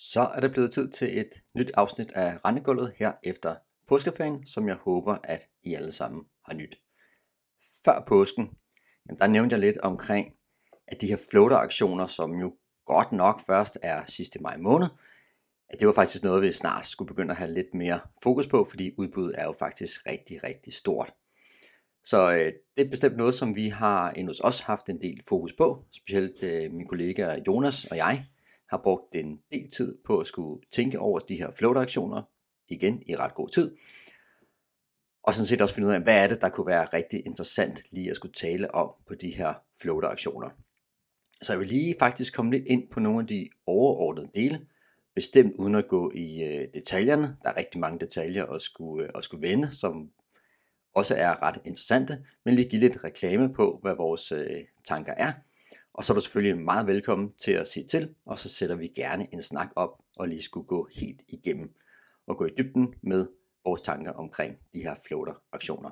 Så er det blevet tid til et nyt afsnit af Rentegulvet her efter påskeferien, som jeg håber, at I alle sammen har nyt. Før påsken, der nævnte jeg lidt omkring, at de her floater-aktioner, som jo godt nok først er sidste maj måned, at det var faktisk noget, vi snart skulle begynde at have lidt mere fokus på, fordi udbuddet er jo faktisk rigtig, rigtig stort. Så det er bestemt noget, som vi har endnu også haft en del fokus på, specielt min kollega Jonas og jeg har brugt en del tid på at skulle tænke over de her floater-aktioner, igen i ret god tid, og sådan set også finde ud af, hvad er det, der kunne være rigtig interessant lige at skulle tale om på de her floater-aktioner. Så jeg vil lige faktisk komme lidt ind på nogle af de overordnede dele, bestemt uden at gå i detaljerne. Der er rigtig mange detaljer at skulle vende, som også er ret interessante, men lige give lidt reklame på, hvad vores tanker er. Og så er du selvfølgelig meget velkommen til at sige til, og så sætter vi gerne en snak op og lige skulle gå helt igennem og gå i dybden med vores tanker omkring de her floater-aktioner.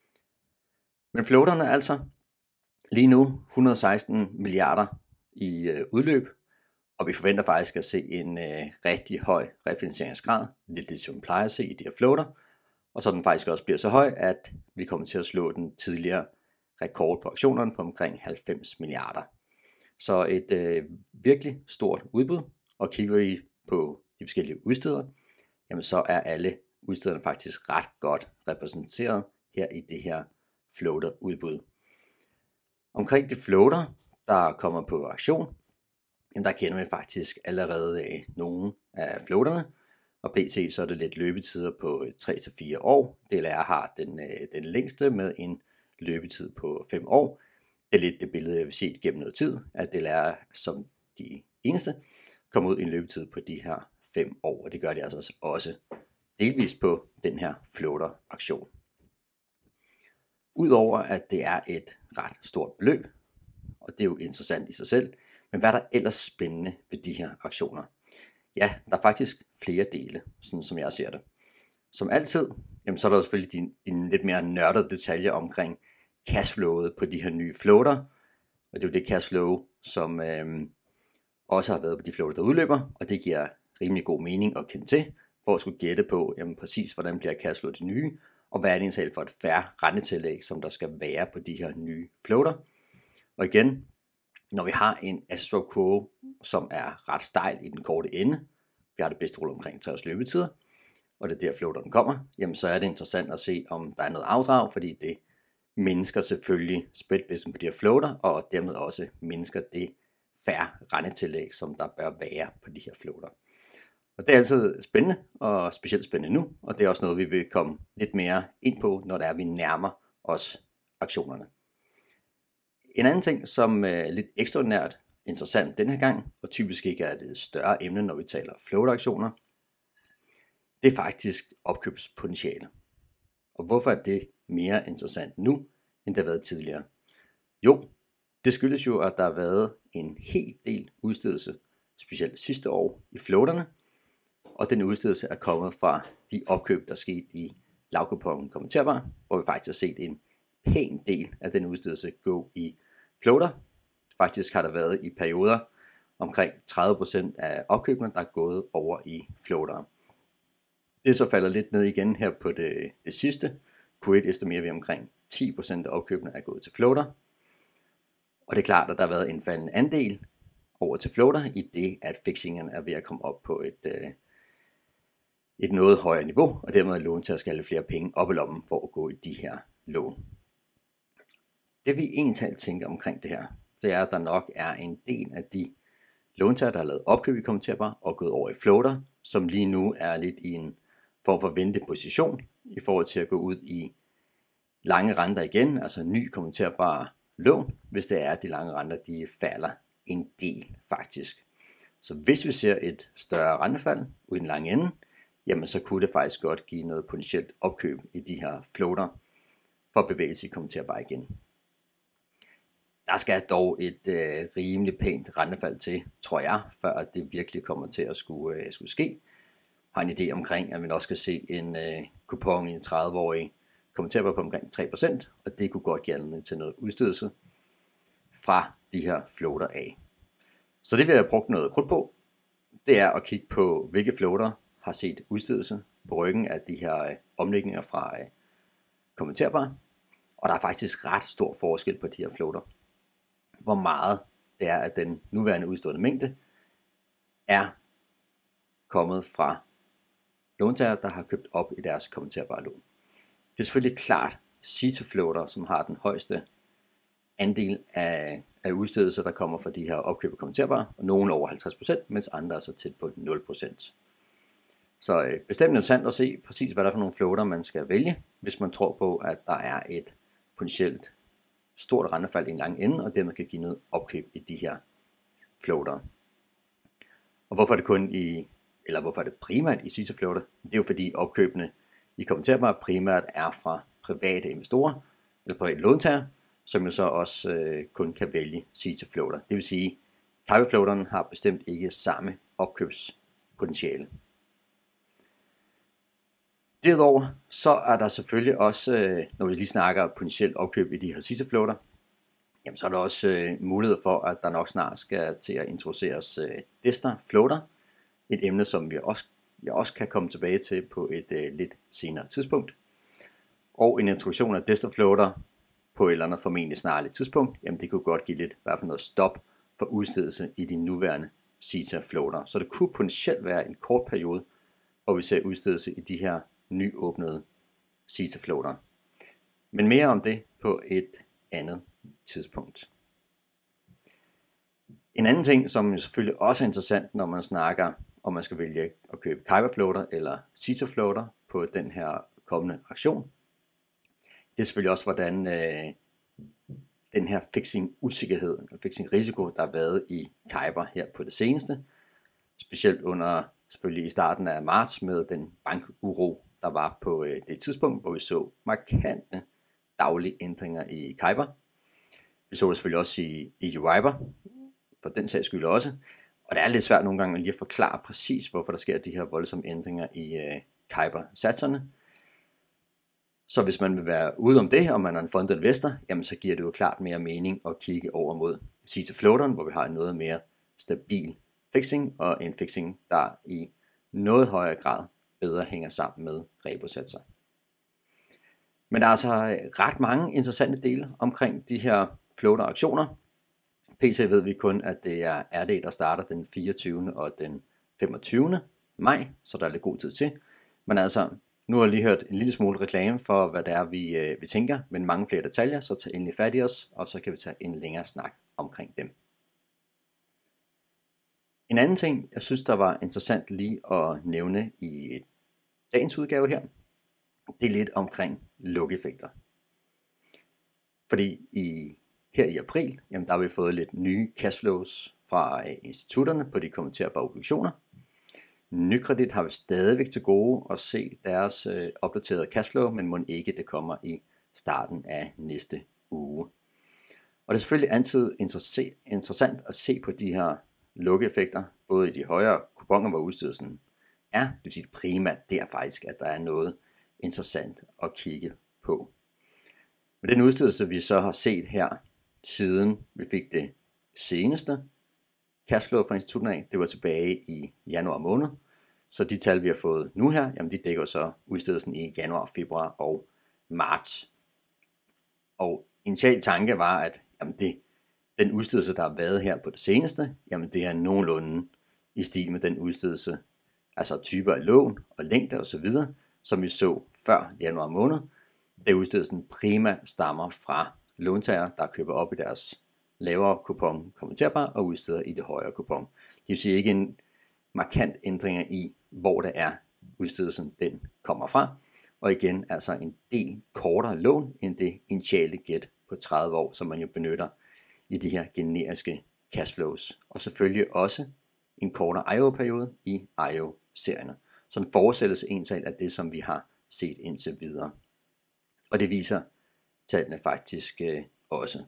Men floaterne er altså lige nu 116 milliarder i udløb, og vi forventer faktisk at se en rigtig høj refinansieringsgrad, lidt som vi plejer at se i de her floater, og så den faktisk også bliver så høj, at vi kommer til at slå den tidligere rekord på aktionerne på omkring 90 milliarder. Så et virkelig stort udbud, og kigger vi på de forskellige udstedere, jamen så er alle udstederne faktisk ret godt repræsenteret her i det her floater udbud. Omkring de floater, der kommer på aktion, jamen der kender vi faktisk allerede nogle af floaterne, og pt. Så er det lidt løbetider på 3-4 år. DLR har den længste med en løbetid på 5 år. Det er lidt det billede, jeg vil se gennem noget tid, at DLR som de eneste kommer ud i en løbetid på de her 5 år, og det gør de altså også delvist på den her floater-aktion. Udover at det er et ret stort beløb, og det er jo interessant i sig selv, men hvad er der ellers spændende ved de her aktioner? Ja, der er faktisk flere dele, sådan som jeg ser det. Som altid, jamen så er der selvfølgelig de lidt mere nørdede detaljer omkring cashflowet på de her nye floater, og det er jo det cashflow, som også har været på de floater, der udløber, og det giver rimelig god mening at kende til, for at skulle gætte på, jamen præcis hvordan bliver cashflowet de nye, og hvad er det egentlig for et fair rentetillæg, som der skal være på de her nye floater. Og igen, når vi har en asset swap kurve, som er ret stejl i den korte ende, vi har det bedste rulle omkring 3 års løbetider, og det er der floateren kommer, jamen så er det interessant at se, om der er noget afdrag, fordi det mindsker selvfølgelig spreadbidden på de her floater, og dermed også mindsker det fair rentetillæg, som der bør være på de her floater. Og det er altid spændende, og specielt spændende nu, og det er også noget, vi vil komme lidt mere ind på, når det er, vi nærmer os aktionerne. En anden ting, som er lidt ekstraordinært interessant den her gang, og typisk ikke er det større emne, når vi taler floater-aktioner, det er faktisk opkøbspotentiale. Og hvorfor er det mere interessant nu, end det har været tidligere? Jo, det skyldes jo, at der har været en hel del udstedelse, specielt sidste år i floaterne, og den udstedelse er kommet fra de opkøb, der skete i lavkuponen kommenterbar, hvor vi faktisk har set en pæn del af den udstedelse gå i floater. Faktisk har der været i perioder omkring 30% af opkøbene, der er gået over i floater. Det så falder lidt ned igen her på det sidste. Q1 estimerer vi omkring 10% af opkøbene er gået til floater. Og det er klart, at der har været en faldende andel over til floater, i det at fixingen er ved at komme op på et noget højere niveau, og dermed er lån til at skalle flere penge op i lommen for at gå i de her lån. Det vi egentlig tænker omkring det her, det er, at der nok er en del af de låntagere, der har lavet opkøb i kommenterbar og gået over i floater, som lige nu er lidt i en form for venteposition i forhold til at gå ud i lange renter igen, altså ny kommenterbare lån, hvis det er, at de lange renter de falder en del faktisk. Så hvis vi ser et større rentefald ud i den lange ende, jamen så kunne det faktisk godt give noget potentielt opkøb i de her floater for bevægelse i kommenterbar igen. Der skal dog et rimelig pænt rentefald til, tror jeg, før det virkelig kommer til at skulle ske. Jeg har en idé omkring, at vi også skal se en kupon i 30-årig kommenterbar på omkring 3%, og det kunne godt give anledning til noget udstedelse fra de her floater af. Så det vil jeg bruge noget krudt på, det er at kigge på, hvilke floater har set udstedelse på ryggen af de her omlægninger fra kommenterbare. Og der er faktisk ret stor forskel på de her floater. Hvor meget det er, at den nuværende udstående mængde er kommet fra låntager, der har købt op i deres kommenterbare lån. Det er selvfølgelig klart CETA-floater, som har den højeste andel af udstedelser, der kommer fra de her opkøb af kommenterbare, og nogle over 50%, mens andre er så tæt på 0%. Så bestemt interessant at se præcis, hvad der er for nogle floater, man skal vælge, hvis man tror på, at der er et potentielt stort rentefald i en lang ende, og dermed kan give noget opkøb i de her floater. Og hvorfor er det primært i CETA floater? Det er jo fordi opkøbene i kommenterbare primært er fra private investorer, eller private låntager, som jo så også kun kan vælge CETA floater. Det vil sige, at floateren har bestemt ikke samme opkøbspotentiale. Derudover så er der selvfølgelig også, når vi lige snakker potentielt opkøb i de her CETA floater, jamen så er der også mulighed for, at der nok snart skal til at introduceres DESTA floater, et emne, som jeg også kan komme tilbage til på et lidt senere tidspunkt. Og en introduktion af DESTA floater på et eller andet formentlig snarligt tidspunkt, jamen det kunne godt give lidt, i hvert fald noget stop for udstedelse i de nuværende CETA floater. Så det kunne potentielt være en kort periode, hvor vi ser udstedelse i de her nyåbnede CETA floater. Men mere om det på et andet tidspunkt. En anden ting, som selvfølgelig også er interessant, når man snakker om man skal vælge at købe Kyber floater eller CETA floater på den her kommende aktion, det er selvfølgelig også, hvordan den her fixing usikkerhed, eller fixing risiko, der har været i Kyber her på det seneste, specielt under selvfølgelig i starten af marts med den bankuro, der var på det tidspunkt, hvor vi så markante daglige ændringer i Kyber. Vi så det selvfølgelig også i Euribor, for den sags skyld også. Og det er lidt svært nogle gange lige at forklare præcis, hvorfor der sker de her voldsomme ændringer i Kyber-satserne. Så hvis man vil være ude om det, og man er en funded investor, jamen så giver det jo klart mere mening at kigge over mod CETA floateren, hvor vi har en noget mere stabil fixing, og en fixing, der i noget højere grad bedre hænger sammen med repo-satser. Men der er altså ret mange interessante dele omkring de her floater-aktioner. PT ved vi kun, at det er RD, der starter den 24. og den 25. maj, så der er lidt god tid til. Men altså, nu har jeg lige hørt en lille smule reklame for, hvad det er, vi tænker, men mange flere detaljer, så tag endelig fat i os, og så kan vi tage en længere snak omkring dem. En anden ting, jeg synes, der var interessant lige at nævne i dagens udgave her, det er lidt omkring lukeffekter. Fordi her i april, jamen der har vi fået lidt nye cashflows fra institutterne på de kommenterbare obligationer. Nykredit har vi stadigvæk til gode at se deres opdaterede cashflow, men må ikke det kommer i starten af næste uge. Og det er selvfølgelig altid interessant at se på de her lukkeeffekter, både i de højere kuponer, hvor udstedelsen er. Det vil sige primært, det er faktisk, at der er noget interessant at kigge på. Men den udstedelse, vi så har set her, siden vi fik det seneste cashflow fra institutterne af, det var tilbage i januar måned. Så de tal, vi har fået nu her, jamen de dækker så udstedelsen i januar, februar og marts. Og initial tanke var, at jamen den udstedelse, der har været her på det seneste, jamen det er nogenlunde i stil med den udstedelse, altså typer af lån og længde osv., som vi så før januar måned. Det udstedelsen primært stammer fra låntager, der køber op i deres lavere kupon kommenterbar og udsteder i det højere kupon. Det vil sige ikke en markant ændringer i, hvor det er udstedelsen den kommer fra. Og igen altså en del kortere lån end det initiale gæt på 30 år, som man jo benytter i de her generiske cashflows. Og selvfølgelig også en kortere IO-periode i IO-serierne. Så en fortsættelse ensal af det, som vi har set indtil videre. Og det viser tallene faktisk også.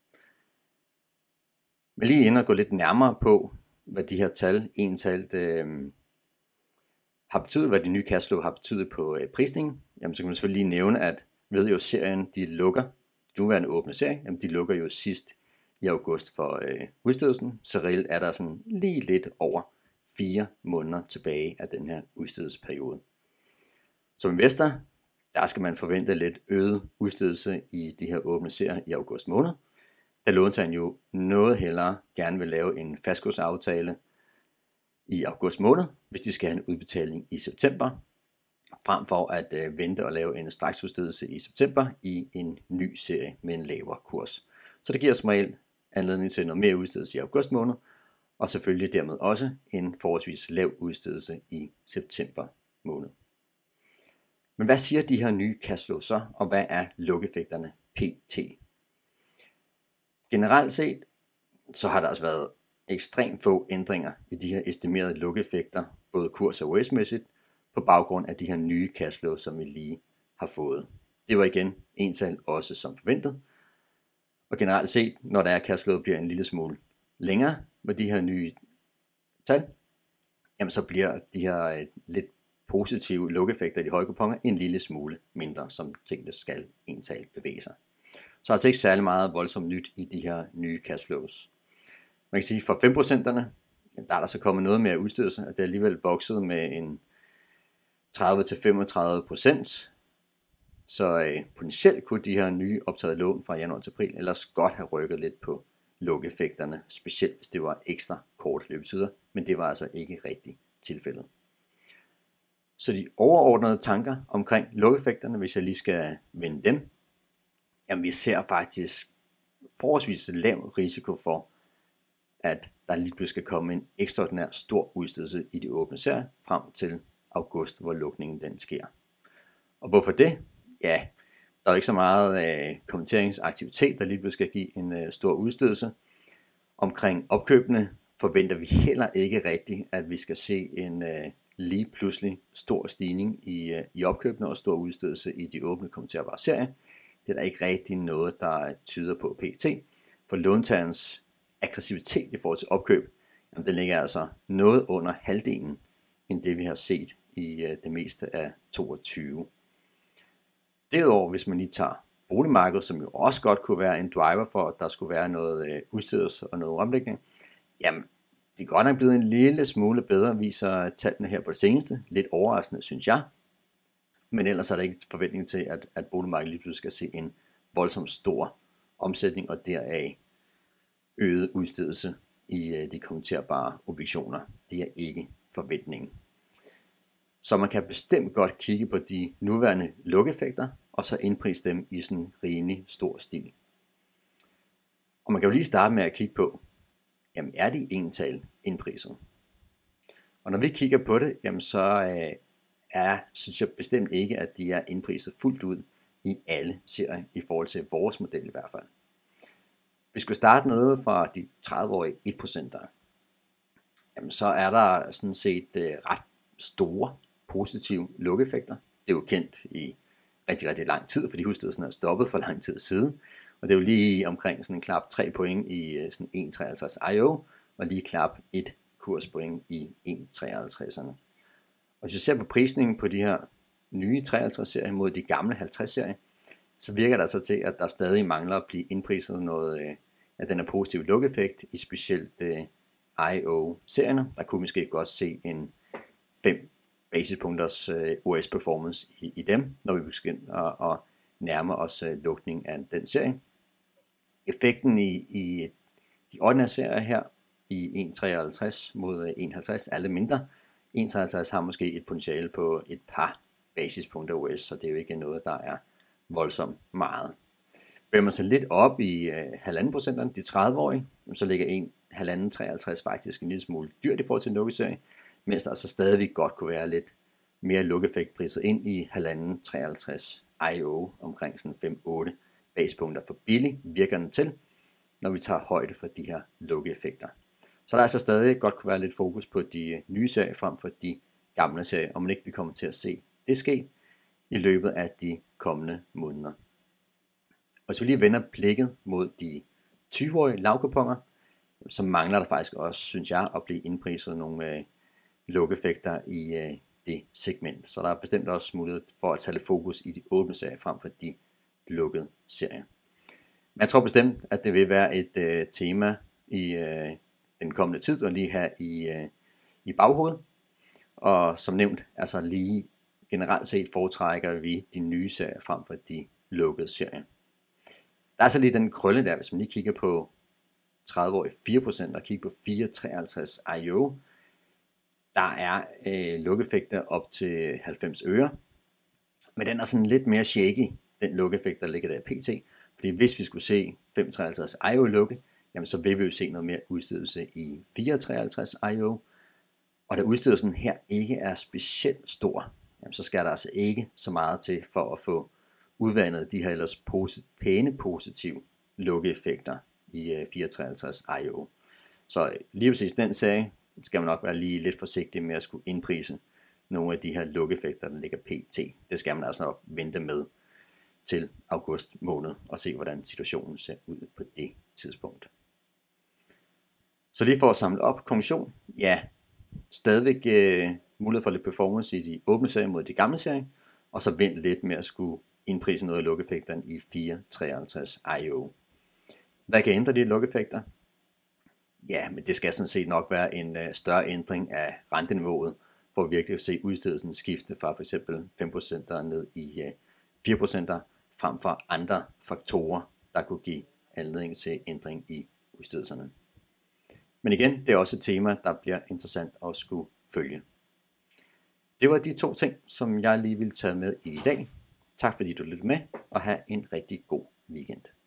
Men lige inden at gå lidt nærmere på, hvad de her tal entalt har betydet, hvad de nye cashflow har betydet på prisningen, jamen så kan man selvfølgelig lige nævne, at ved jo serien, de lukker, de nuværende åbne serie, jamen de lukker jo sidst i august for udstedelsen, så reelt er der sådan lige lidt over 4 måneder tilbage af den her udstedelsesperiode. Som investor, der skal man forvente lidt øget udstedelse i de her åbne serier i august måned, da låntageren jo noget hellere gerne vil lave en fastkursaftale i august måned, hvis de skal have en udbetaling i september, frem for at vente og lave en straksudstedelse i september i en ny serie med en lavere kurs. Så det giver som regel anledning til noget mere udstedelse i august måned, og selvfølgelig dermed også en forholdsvis lav udstedelse i september måned. Men hvad siger de her nye cashflow så, og hvad er lukeffekterne pt? Generelt set, så har der altså været ekstremt få ændringer i de her estimerede lukeffekter, både kurs- og OS-mæssigt, på baggrund af de her nye cashflow, som vi lige har fået. Det var igen ental også som forventet. Og generelt set, når der er cashflow bliver en lille smule længere med de her nye tal, jamen så bliver de her lidt positive lukeffekter i de høje kuponer en lille smule mindre, som tingene skal ental bevæge sig. Så altså ikke særlig meget voldsomt nyt i de her nye cashflows. Man kan sige, for 5%'erne, der er der så kommet noget mere udstedelse, at det er alligevel vokset med en 30-35%. Så potentielt kunne de her nye optagede lån fra januar til april ellers godt have rykket lidt på lukeffekterne, specielt hvis det var ekstra kort løbetider, men det var altså ikke rigtig tilfældet. Så de overordnede tanker omkring lukeffekterne, hvis jeg lige skal vende dem, jamen vi ser faktisk forholdsvis lav risiko for, at der lige pludselig skal komme en ekstraordinær stor udstedelse i de åbne serier frem til august, hvor lukningen den sker. Og hvorfor det? Ja, der er ikke så meget kommenteringsaktivitet, der lige pludselig skal give en stor udstedelse. Omkring opkøbene forventer vi heller ikke rigtigt, at vi skal se en lige pludselig stor stigning i opkøbene og stor udstedelse i de åbne kommenterbare serier. Det er der ikke rigtig noget, der tyder på pt. For låntagerens aggressivitet i forhold til opkøb, jamen den ligger altså noget under halvdelen end det vi har set i det meste af 22. Derudover, hvis man lige tager boligmarkedet, som jo også godt kunne være en driver for, at der skulle være noget udstedelse og noget omlægning, jamen det er godt nok blevet en lille smule bedre, viser tallene her på det seneste. Lidt overraskende, synes jeg. Men ellers er der ikke forventning til, at boligmarkedet lige pludselig skal se en voldsomt stor omsætning og deraf øget udstedelse i de kommenterbare obligationer. Det er ikke forventningen. Så man kan bestemt godt kigge på de nuværende lukeffekter, og så indprise dem i sådan en rimelig stor stil. Og man kan jo lige starte med at kigge på, jamen er de ental indpriset? Og når vi kigger på det, jamen så synes jeg bestemt ikke, at de er indpriset fuldt ud i alle serier, i forhold til vores model i hvert fald. Vi skal starte nede fra de 30-årige 1%'ere. Jamen så er der sådan set ret store positive lukeffekter. Det er jo kendt i rigtig, rigtig lang tid, fordi udstedelsen er stoppet for lang tid siden. Og det er jo lige omkring sådan en knap 3 point i sådan 1,53 IO, og lige knap 1 kurspoint i 1,53'erne. Og hvis vi ser på prisningen på de her nye 53-serier mod de gamle 50-serier, så virker der så til, at der stadig mangler at blive indpriset noget af den her positive lukeffekt i specielt IO-serierne. Der kunne vi måske godt se en 5 basispunkters OS performance i dem, når vi begynder at nærme os lukning af den serie. Effekten i de ordinære serier her i 1,53 mod 1,50 er lidt mindre. 1,53 har måske et potentiale på et par basispunkter OS, så det er jo ikke noget, der er voldsomt meget. Bevæger man sig lidt op i 1,5%'erne, de 30-årige, så ligger 1,53 faktisk en lille smule dyrt i forhold til en lukkeserie, mens der altså stadigvæk godt kunne være lidt mere lukeffekt priset ind i 1,53 IO omkring sådan 5-8 basispunkter for billig virker den til, når vi tager højde for de her lukkeeffekter. Så der altså stadig godt kunne være lidt fokus på de nye serier frem for de gamle serier, og man ikke vi kommer til at se det ske i løbet af de kommende måneder. Og hvis vi lige vender blikket mod de 20-årige lavkuponer, så mangler der faktisk også, synes jeg, at blive indpriset nogle lukeffekter i det segment. Så der er bestemt også mulighed for at tage lidt fokus i de åbne serier frem for de lukkede serier. Men jeg tror bestemt, at det vil være et tema i den kommende tid, og lige her i baghovedet. Og som nævnt, altså lige generelt set foretrækker vi de nye serier frem for de lukkede serier. Der er så lige den krølle der, hvis man lige kigger på 30-årige 4% og kigger på 4,53 IO, der er lukeffekter op til 90 øre. Men den er sådan lidt mere shaky, den lukeffekt, der ligger der pt. Fordi hvis vi skulle se 5,53 IO lukke, jamen så vil vi jo se noget mere udstedelse i 4,53 IO. Og da udstedelsen her ikke er specielt stor, jamen så skal der altså ikke så meget til for at få udvandet de her ellers pæne positive lukkeeffekter i 4,53 IO. Så lige præcis den serie skal man nok være lige lidt forsigtig med at skulle indprise nogle af de her lukkeeffekter, der ligger pt. Det skal man altså nok vente med til august måned og se, hvordan situationen ser ud på det tidspunkt. Så lige for at samle op, konklusion, ja, stadigvæk mulighed for lidt performance i de åbne serier mod de gamle serier, og så vent lidt med at skulle indprise noget af lukkeeffekterne i 4,53 IO. Hvad kan ændre de lukkeeffekter? Ja, men det skal sådan set nok være en større ændring af renteniveauet, for virkelig at se udstedelsen skifte fra f.eks. 5% ned i 4% frem for andre faktorer, der kunne give anledning til ændring i udstedelserne. Men igen, det er også et tema, der bliver interessant at skulle følge. Det var de 2 ting, som jeg lige ville tage med i dag. Tak fordi du lyttede med, og have en rigtig god weekend.